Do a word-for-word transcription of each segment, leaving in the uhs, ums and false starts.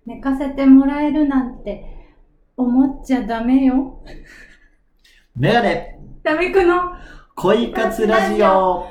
寝かせてもらえるなんて思っちゃダメよ。 メガネダメくの恋活ラジオ。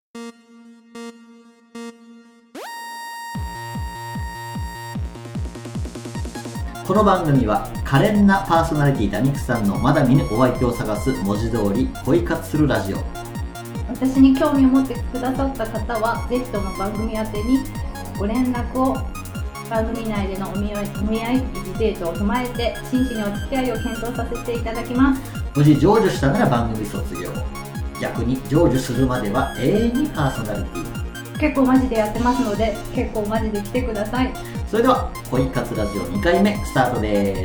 この番組は可憐なパーソナリティダニクさんのまだ見ぬお相手を探す文字通り恋活するラジオ。 私に興味を持ってくださった方はぜひとも番組宛てにご連絡を。番組内でのお見合い、お見合い、疑似デートを踏まえて真摯にお付き合いを検討させていただきます。 無事成就したなら番組卒業、逆に成就するまでは永遠にパーソナリティ。 結構マジでやってますので結構マジで来てください。 それでは恋活ラジオにかいめスタートです。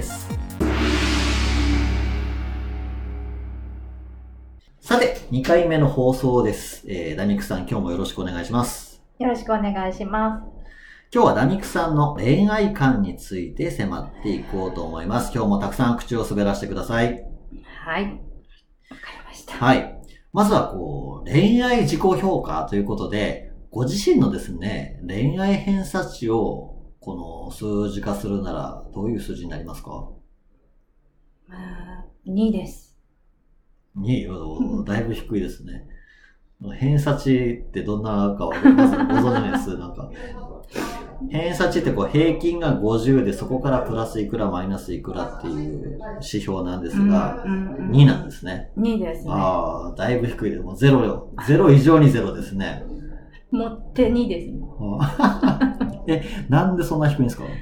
さてにかいめの放送です。えー、ダニクさん今日もよろしくお願いします。 よろしくお願いします。 今日はダニクさんの恋愛観について迫っていこうと思います。今日もたくさん口を滑らせてください。 はい。わかりました。 はい。まずはこう、恋愛自己評価ということで、ご自身のですね、恋愛偏差値をこの数字化するならどういう数字になりますか？ まあ、にです。 によ、だいぶ低いですね。偏差値ってどんなかはまずご存知です。なんか偏差値ってこう平均がごじゅうでそこからプラスいくらマイナスいくらっていう指標なんですが、うんうんうん、になんですね。 にですね。 ああ、だいぶ低いです。もうゼロよ。ゼロ以上にゼロですね。 もってにですね。 え、なんでそんな低いんですか？いや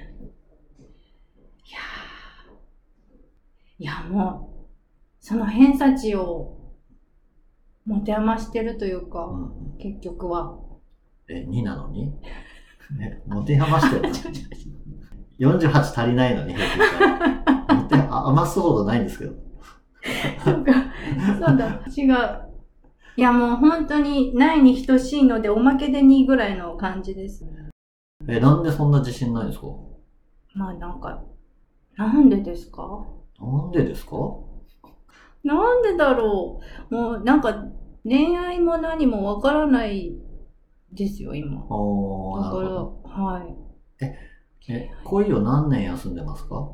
ー、いやもう、その偏差値を持て余してるというか、うん、結局は。 え、になのにね、持て余してるのよんじゅうはち足りないのに平均から持て余すほどないんですけどそうか、そうだ、違う。いやもう本当にないに等しいのでおまけでにぐらいの感じです。 え、なんでそんな自信ないんですか？ まあなんか、なんでですか？ なんでですか？ なんでだろう。もうなんか恋愛も何もわからないですよ今。 ああ、 だから、はい。 え、え、恋を何年休んでますか？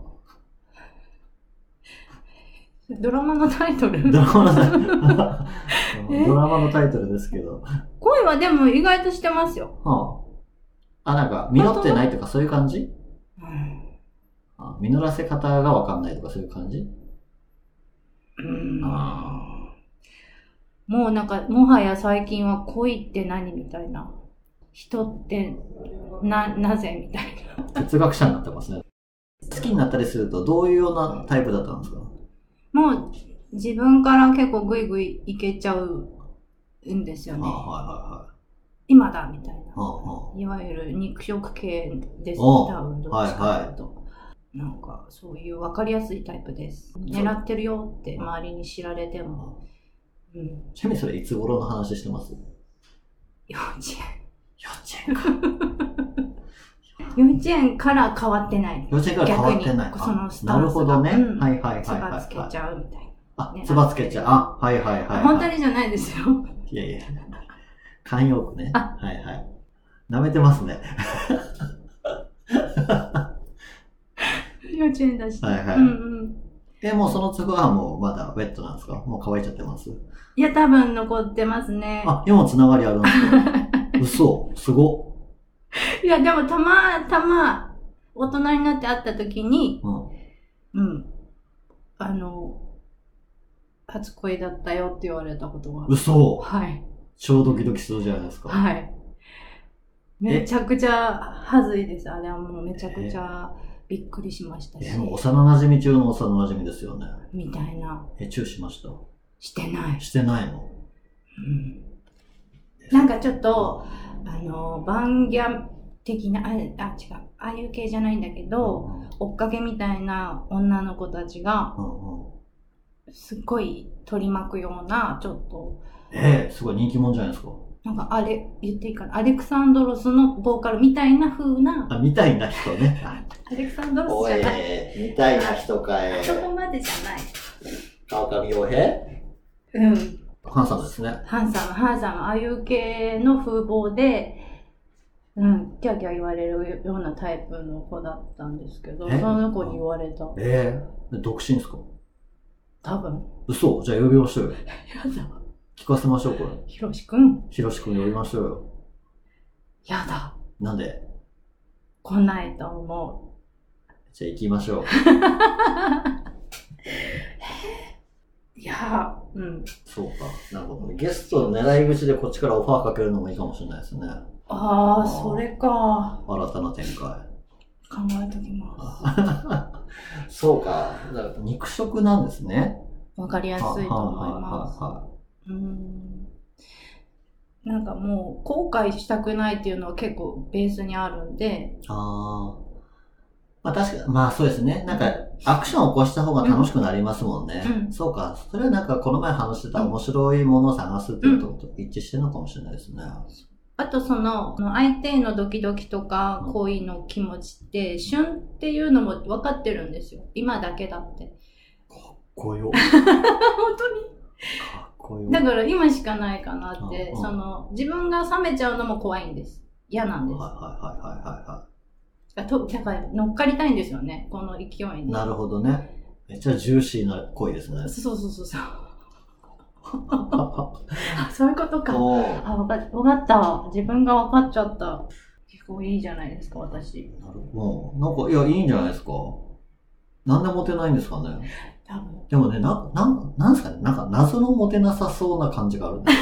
ドラマのタイトルドラマのタイトルドラマのタイトルですけど。 恋はでも意外としてますよ。 はあ、あ、なんか、実ってないとかそういう感じ？ うん、 あ、実らせ方がわかんないとかそういう感じ？ うん、あ、もうなんか、もはや最近は恋って何みたいな。人ってな、なぜみたいな。哲学者になってますね。好きになったりするとどういうようなタイプだったんですか？ もう自分から結構グイグイいけちゃうんですよね。 あ、はいはいはい。 今だみたいな。 ああ、 いわゆる肉食系です。多分どっちかというと。はいはい、なんかそういう分かりやすいタイプです。狙ってるよって周りに知られても。 うん、ちなみにそれいつ頃の話してます？ 幼稚園。 幼稚園か。 幼稚園から変わってない。 幼稚園から変わってない。 そのスタンスが。 なるほどね。 うん、 はいはいはいはい。 つばつけちゃうみたいな。 あ、つばつけちゃう。あ、はいはいはい、はい。 本当にじゃないですよ。 いやいや。慣用句ね。あ、はいはい。舐めてますね。 幼稚園だし。 はいはい。うんうん。え、もうそのつぶはもうまだウェットなんですか？もう乾いちゃってます？ いや、多分残ってますね。 あ、今もつながりあるんですか？嘘、すご。 いや、でもたまたま大人になって会った時に、うん。うん。あの、初恋だったよって言われたことが。 嘘。 はい。 超ドキドキするじゃないですか。 はい。めちゃくちゃ恥ずいです。あれはもうめちゃくちゃびっくりしましたし。 え、もう幼馴染中の幼馴染ですよね。 みたいな。 え、チューしました？ してない。 してないの？ うん。なんかちょっと、あの、バンギャ的な、あ、あ、違う、ああいう系じゃないんだけど、うんうん、追っかけみたいな女の子たちが、うんうん、すっごい取り巻くような、ちょっと。 えー、すごい人気者じゃないですか。 なんかあれ、言っていいかな、アレクサンドロスのボーカルみたいな風な。 あ、みたいな人ね。 アレクサンドロスじゃない。 おい、みたいな人かい。 そこまでじゃない。 川上洋平？うん。ハンサムですね。 ハンサム、ハンサム、ああいう系の風貌で、 うん、キャーキャー言われるようなタイプの子だったんですけど、その子に言われた。 ええー、独身ですか？ 多分。 嘘？じゃあ呼びましょうよ。 やだ。 聞かせましょう、これ。 ひろしくん。 ひろしくん呼びましょうよ。 やだ。 なんで？ 来ないと思う。じゃあ行きましょう。 いやー、うん。 そうか。なるほど。ゲストの狙い口でこっちからオファーかけるのもいいかもしれないですね。 ああ、それか。 新たな展開。 考えときます。 そうか。だから肉食なんですね。 わかりやすいと思います。うん。なんかもう後悔したくないっていうのは結構ベースにあるんで。 ああ。まあ確かに、まあそうですね。なんかアクションを起こした方が楽しくなりますもんね。うん、そうか。それはなんかこの前話してた面白いものを探すっていうことと一致してるのかもしれないですね。うん、 あとその、相手のドキドキとか恋の気持ちって、旬っていうのも分かってるんですよ。今だけだって。 かっこよ。 本当にかっこよ。 だから今しかないかなって、その、自分が冷めちゃうのも怖いんです。嫌なんです。 はいはいはいはいはい。 だから乗っかりたいんですよね、この勢いに。 なるほどね。めっちゃジューシーな恋ですね。 そうそうそうそう。そういうことか。あ、わかった。わかった。自分が分かっちゃった。結構いいじゃないですか、私。 なるほど。なんか、いや、いいんじゃないですか。なんでモテないんですかね。 多分。 でもね、な、なん、なんですかね。なんか謎のモテなさそうな感じがあるんです。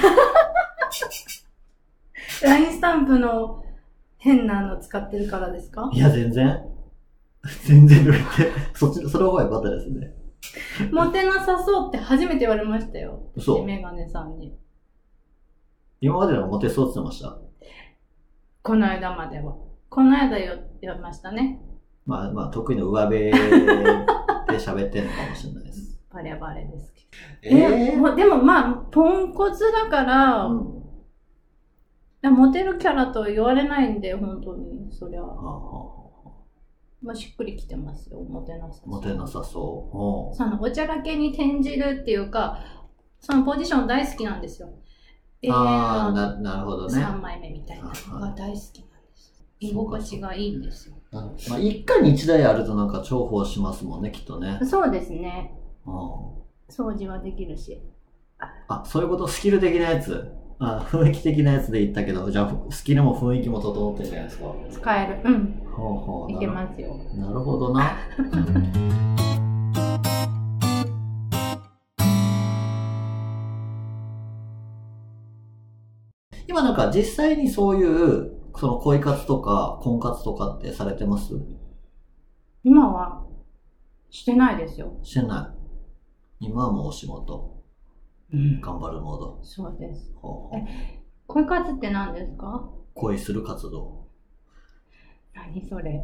ラインスタンプの変なの使ってるからですか？ いや、全然。全然抜けて。そっち、それの方が良かったですね。 モテなさそうって初めて言われましたよ。 そう。 メガネさんに。 今まではモテそうって言ってました。 この間までは。この間言ってましたね。 まあまあ、得意の上辺で喋ってるのかもしれないです。 バレバレですけど。 えー、 もでもまあ、ポンコツだから、うん、モテるキャラとは言われないんで、本当に、そりゃ。はあはあ、まあ、しっくりきてますよ、モテなさそう。 モテなさそう。 そのおちゃらけに転じるっていうか、そのポジション大好きなんですよ。 えー、ああ、な、なるほどね。 さんまいめみたいなのが大好きなんです。居心地がいいんですよ。 まあ、一家に一台あるとなんか重宝しますもんね、きっとね。 そうですね。 うん、 掃除はできるし。 あ、そういうこと、スキル的なやつ。あ、雰囲気的なやつで言ったけど、じゃあ、スキルも雰囲気も整ってるじゃないですか。 使える。うん。 ほうほう。 いけますよ。 なるほどな。今なんか実際にそういう、その恋活とか婚活とかってされてます？ 今はしてないですよ。 してない。今はもうお仕事。うん、頑張るモード。 そうです。ほうほう。え、恋活って何ですか？ 恋する活動。 何それ？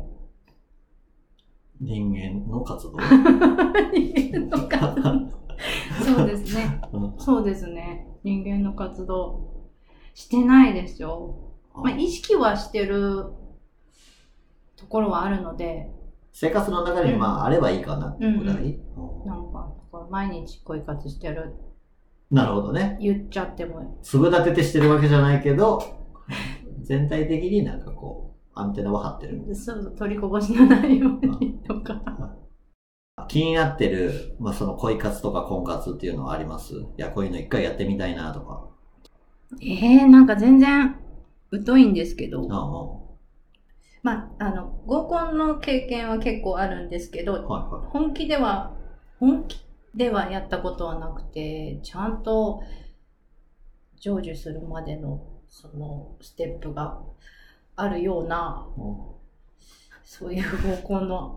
人間の活動。 人間の活動。そうですね、うん。そうですね。人間の活動。してないですよ。まあ、意識はしてるところはあるので。 生活の中にまああればいいかな、ぐらい、うんうん、 なんか、毎日恋活してる。 なるほどね。 言っちゃっても。 粒立ててしてるわけじゃないけど、全体的になんかこう、アンテナは張ってる。 そうそう、取りこぼしのないようにとか。 気になってる、まあその恋活とか婚活っていうのはあります？いや、こういうの一回やってみたいなとか。 ええー、なんか全然疎いんですけど。 ああ、 まあ、あの、合コンの経験は結構あるんですけど、はいはい、本気では、本気ではやったことはなくて、ちゃんと成就するまでのそのステップがあるような、うん、そういう合コンの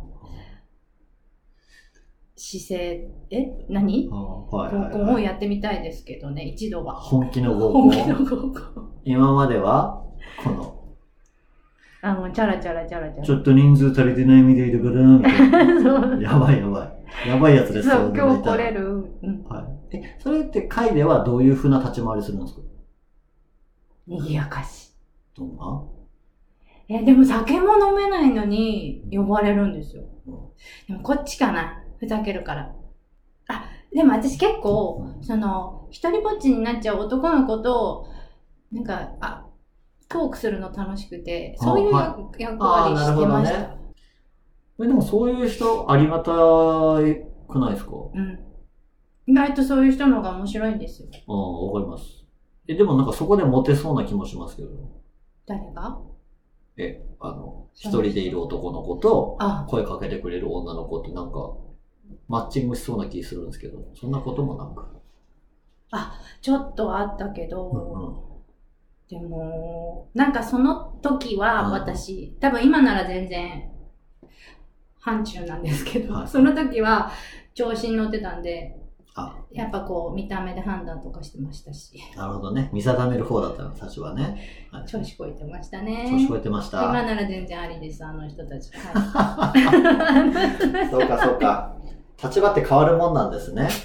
姿勢、え何、はいはいはい、合コンをやってみたいですけどね、一度は。 本気の合コン。 本気の合コン。 今までは、この、 あの、チャラチャラチャラチャラ。 ちょっと人数足りてないみたいだから、みたいな。やばいやばい。やばいやつですよ。 そう、今日来れる。 うん。はい。え、それって会ではどういう風な立ち回りするんですか？ 賑やかし。 どんな？ え、でも酒も飲めないのに呼ばれるんですよ。うん、でもこっちかな。ふざけるから。あ、でも私結構、うん、その、一人ぼっちになっちゃう男の子と、なんか、あ、 トークするの楽しくて、 あそういうは役割してました。 ね、でもそういう人ありがたくないですか？ うん。意外とそういう人の方が面白いんですよ。 ああ、わかります。え、でもなんかそこでモテそうな気もしますけど。 誰が？ え、あの、一人でいる男の子と、声かけてくれる女の子ってなんか、マッチングしそうな気するんですけど、そんなこともなく。 あ、ちょっとあったけど、 うんうん、 でも、なんかその時は私、うん、多分今なら全然、範疇なんですけど、はい、その時は調子に乗ってたんで、あ、やっぱこう見た目で判断とかしてましたし。 なるほどね。見定める方だったの、最初はね。 はい、調子こいてましたね。 調子こいてました。 今なら全然ありです、あの人たち。はい、 そうかそうか。立場って変わるもんなんですね。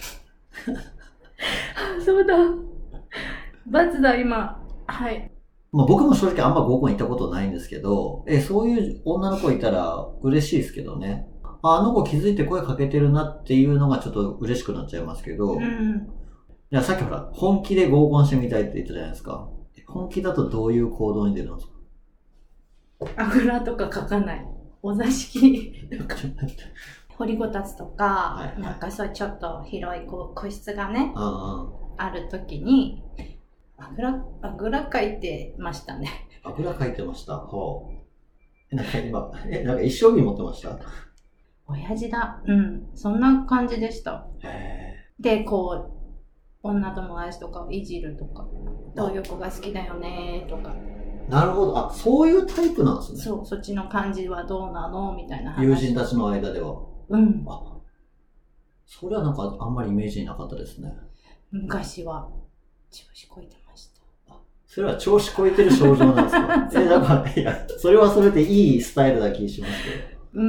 そうだ。罰だ、今。はい。 まあ、僕も正直あんま合コン行ったことないんですけど、え、そういう女の子いたら嬉しいですけどね。あ, あの子気づいて声かけてるなっていうのがちょっと嬉しくなっちゃいますけど、うん、いやさっきほら、本気で合コンしてみたいって言ったじゃないですか。本気だとどういう行動に出るんですか？ あぐらとか書かない。お座敷。掘りごたつとか、はいはい、なんかそうちょっと広い個室がね、あ, あるときに、あぐら、あぐらかいてましたね。 あぐらかいてました。ほう。なんか今、え、なんか一生日持ってました？ 親父だ。うん。そんな感じでした。へー。で、こう、女友達とかをいじるとか、どういう子が好きだよねとか。 なるほど。あ、そういうタイプなんですね。 そう、そっちの感じはどうなのみたいな話。 友人たちの間では。 うん。 あ、それはなんかあんまりイメージになかったですね。 昔は、調子こいてました。 あ、それは調子こいてる症状なんですか？え、だから、いや、それはそれでいいスタイルな気しますけど。 うん。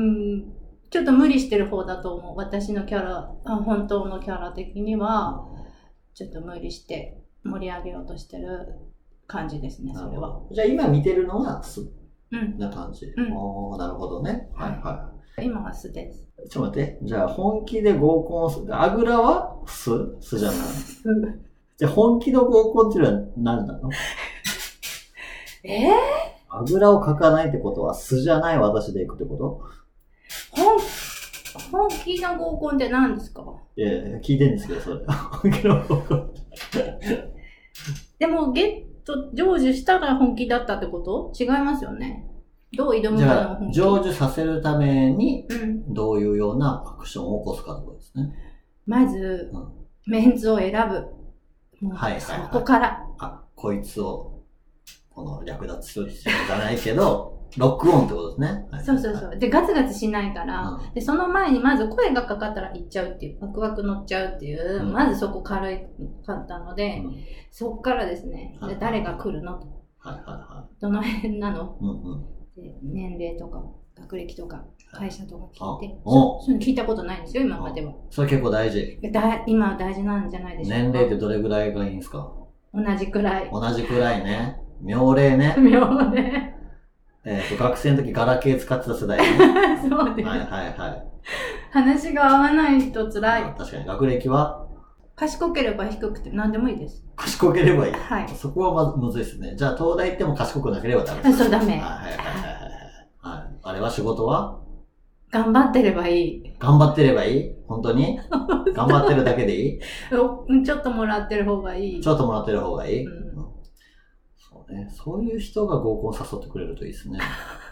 ちょっと無理してる方だと思う。私のキャラ、本当のキャラ的には、ちょっと無理して盛り上げようとしてる感じですね、それは。 じゃあ今見てるのは素な感じ。 うん。 おー、なるほどね。はいはい。 今は素です。 ちょっと待って。じゃあ本気で合コンする。あぐらは素素じゃない。じゃあ本気の合コンっていうのは何なの？ えぇ、ー、 あぐらをかかないってことは素じゃない私で行くってこと？ 本本気の合コンって何ですか？ いやいや、聞いてるんですけど、それ。本気の合コン。 でも、ゲット、成就したら本気だったってこと？違いますよね。どう挑むかの本気。 じゃあ、成就させるために、どういうようなアクションを起こすかってことですね。 まず、うん、メンズを選ぶ。もうはいはいはい。そこから。 あ、こいつを、この略奪するじゃないけど、ロックオンってことですね。 はい、そうそうそう。で、ガツガツしないから、うん、で、その前にまず声がかかったら行っちゃうっていう、ワクワク乗っちゃうっていう、うん、まずそこ軽いかったので、うん、そっからですね、はいはい、で誰が来るのと。はいはいはい。どの辺なの、うんうん、で年齢とか、学歴とか、会社とか聞いて、そういうの聞いたことないんですよ、今までは。 それ結構大事。 だ今大事なんじゃないでしょうか。 年齢ってどれぐらいがいいんですか？ 同じくらい。 同じくらいね。妙齢ね。 妙齢。 えっ、ー、と、学生の時ガラケー使ってた世代ね。 そうです。 はいはいはい。 話が合わないと辛い。 確かに。学歴は賢ければ低くて何でもいいです。 賢ければいい。 はい。 そこはまずむずいですね。じゃあ、東大行っても賢くなければダメです。 そう、ダメ。 はいはいはいはい。はい。あれは仕事は頑張ってればいい。 頑張ってればいい？本当に頑張ってるだけでいい？ ちょっともらってる方がいい。 ちょっともらってる方がいい？うんね、そういう人が合コン誘ってくれるといいですね。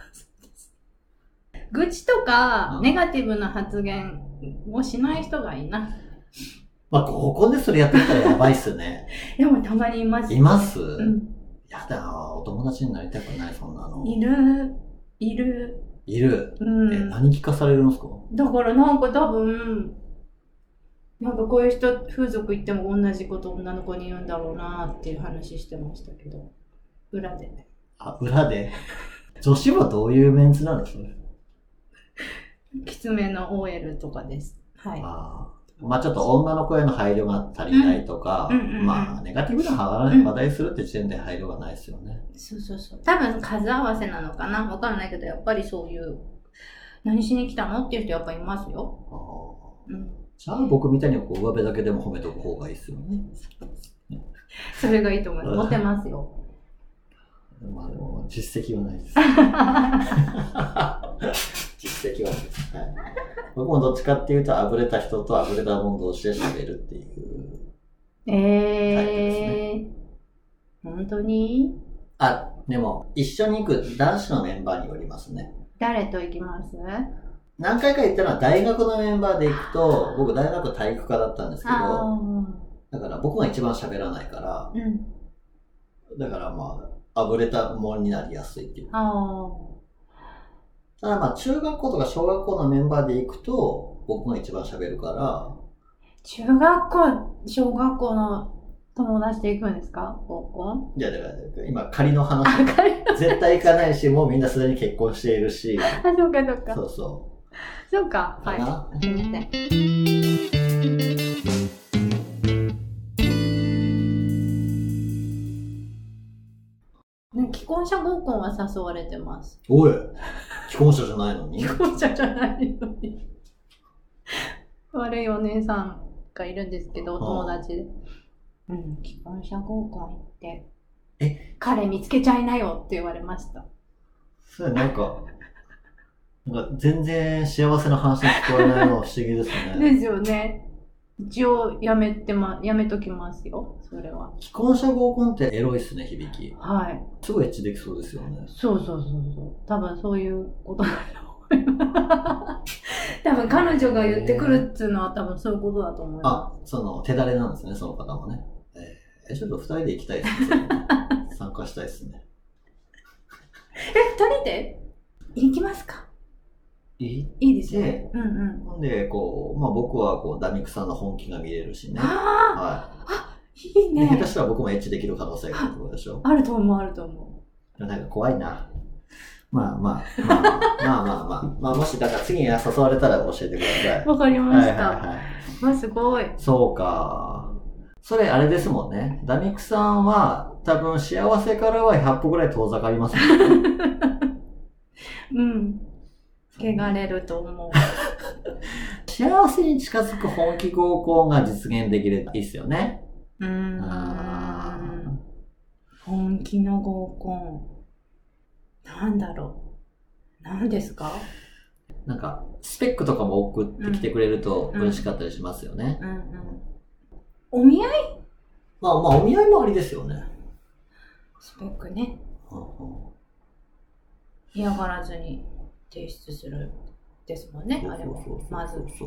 愚痴とか、ネガティブな発言をしない人がいいな。 まあ、合コンでそれやってきたらやばいっすね。 でもたまにいます、ね。 います、うん、 やだ、お友達になりたくない、そんなの。 いる、いる。 いる。 うん、 え、何聞かされるんですか？ だからなんか多分、なんかこういう人、風俗行っても同じこと女の子に言うんだろうなっていう話してましたけど。裏で。 あ、裏で女子はどういうメンツなんですか？ きつめの オーエル とかです。はい。 あまあちょっと女の子への配慮が足りないとか、うんうんうん、まあネガティブな話題するって時点で配慮がないですよね。 うん、そうそうそう。多分数合わせなのかなわかんないけど、やっぱりそういう、何しに来たのっていう人やっぱいますよ。 あうん、じゃあ僕みたいにこう上辺だけでも褒めとく方がいいですよね。 それがいいと思います。モテますよ。 まあでも、実績はないです。実績はないです。はい。僕もどっちかっていうと、あぶれた人とあぶれた者同士で喋るっていうタイプですね。 えー、本当に？ あ、でも、一緒に行く男子のメンバーによりますね。 誰と行きます？ 何回か言ったのは大学のメンバーで行くと、僕大学体育科だったんですけど、だから僕が一番喋らないから、うん、だからまあ、あぶれたもんになりやすいっていう。あただまあ、中学校とか小学校のメンバーで行くと、僕が一番喋るから、 中学校、小学校の友達で行くんですか？高校？ いや、だから、今仮の話。絶対行かないし、もうみんなすでに結婚しているし。 あ、そうかそうか。 そうそう。 そうか。はい。すみません。既婚者合コンは誘われてます。 おい、既婚者じゃないのに？ 既婚者じゃないのに。悪いお姉さんがいるんですけど、お友達で。うん、既婚者合コン行って、え、彼見つけちゃいなよって言われました。 それなんか、なんか全然幸せな話に聞こえないのは不思議ですね。 ですよね。一応やめてま、やめときますよ、それは。 既婚者合コンってエロいっすね、響き。 はい。 すごいエッチできそうですよね。 そうそうそうそう。多分そういうことだと思います。多分彼女が言ってくるっていうのは多分そういうことだと思います。 あ、その手だれなんですね、その方もね。えー、ちょっと二人で行きたいですね。参加したいですね。 え、二人で行きますか？いいいいですね。うんうん。 なんで、こう、まあ僕はこう、ダミクさんの本気が見れるしね。 ああ、はい。あ、いいね。 下手したら僕もエッチできる可能性があるってことでしょ。 あると思う、あると思う。なんか怖いな。まあまあ、まあまあまあまあ、まあもしだから次に誘われたら教えてください。 わかりました。はいはいはい。わ、すごい。 そうか。それあれですもんね。ダミクさんは多分幸せからはひゃっぽぐらい遠ざかりますもんね。 うん。汚れると思う。 幸せに近づく本気合コンが実現できるといいっすよね。 うーん。本気の合コン。なんだろう。何ですか？ なんか、スペックとかも送ってきてくれると嬉しかったりしますよね。 うんうんうんうん、お見合い？ まあまあ、お見合いもありですよね。 スペックね。うんうん、嫌がらずに提出するですもんね、あれは。まず。そうそうそう。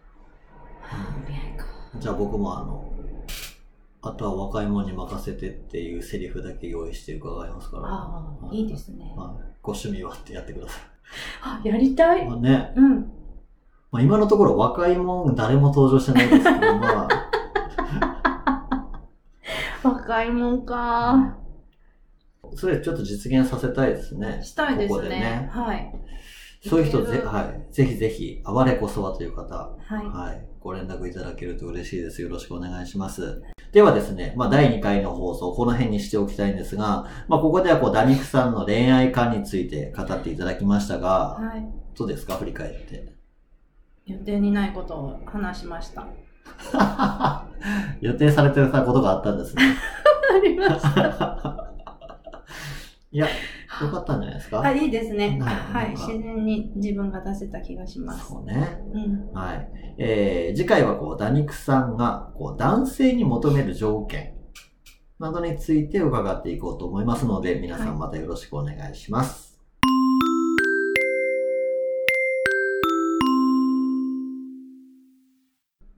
じゃあ僕もあの、あとは若い者に任せてっていうセリフだけ用意して伺いますから。 ああ、いいですね。 まあ、ご趣味はってやってください。 あ、やりたい。 まあね。 うん。 まあ今のところ若い者誰も登場してないですけど、まあ。 若い者か。 それちょっと実現させたいですね。 したいですね。 ここでね。 はい。 そういう人ぜ、はい、ぜひぜひ、あわれこそはという方、 はい、 はい、ご連絡いただけると嬉しいです。よろしくお願いします。ではですね、まあだいにかいの放送、この辺にしておきたいんですが、まあここではこう、ダミクさんの恋愛観について語っていただきましたが、はい、どうですか、振り返って。 予定にないことを話しました。 予定されてたことがあったんですね。 ありました。 いや、よかったんじゃないですか？ あ、いいですね。はい。自然に自分が出せた気がします。 そうね。うん。はい。えー、次回はこう、ダニクさんが、こう、男性に求める条件などについて伺っていこうと思いますので、皆さんまたよろしくお願いします。はい、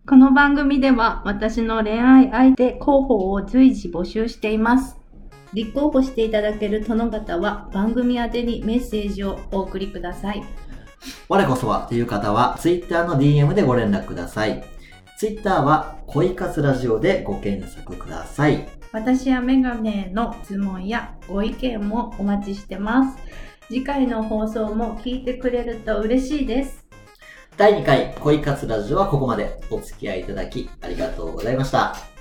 この番組では、私の恋愛相手候補を随時募集しています。立候補していただける殿方は番組宛てにメッセージをお送りください。 我こそはという方は Twitter の ディーエム でご連絡ください。Twitter は恋活ラジオでご検索ください。 私やメガネの質問やご意見もお待ちしてます。次回の放送も聞いてくれると嬉しいです。 だいにかい恋活ラジオはここまで。お付き合いいただきありがとうございました。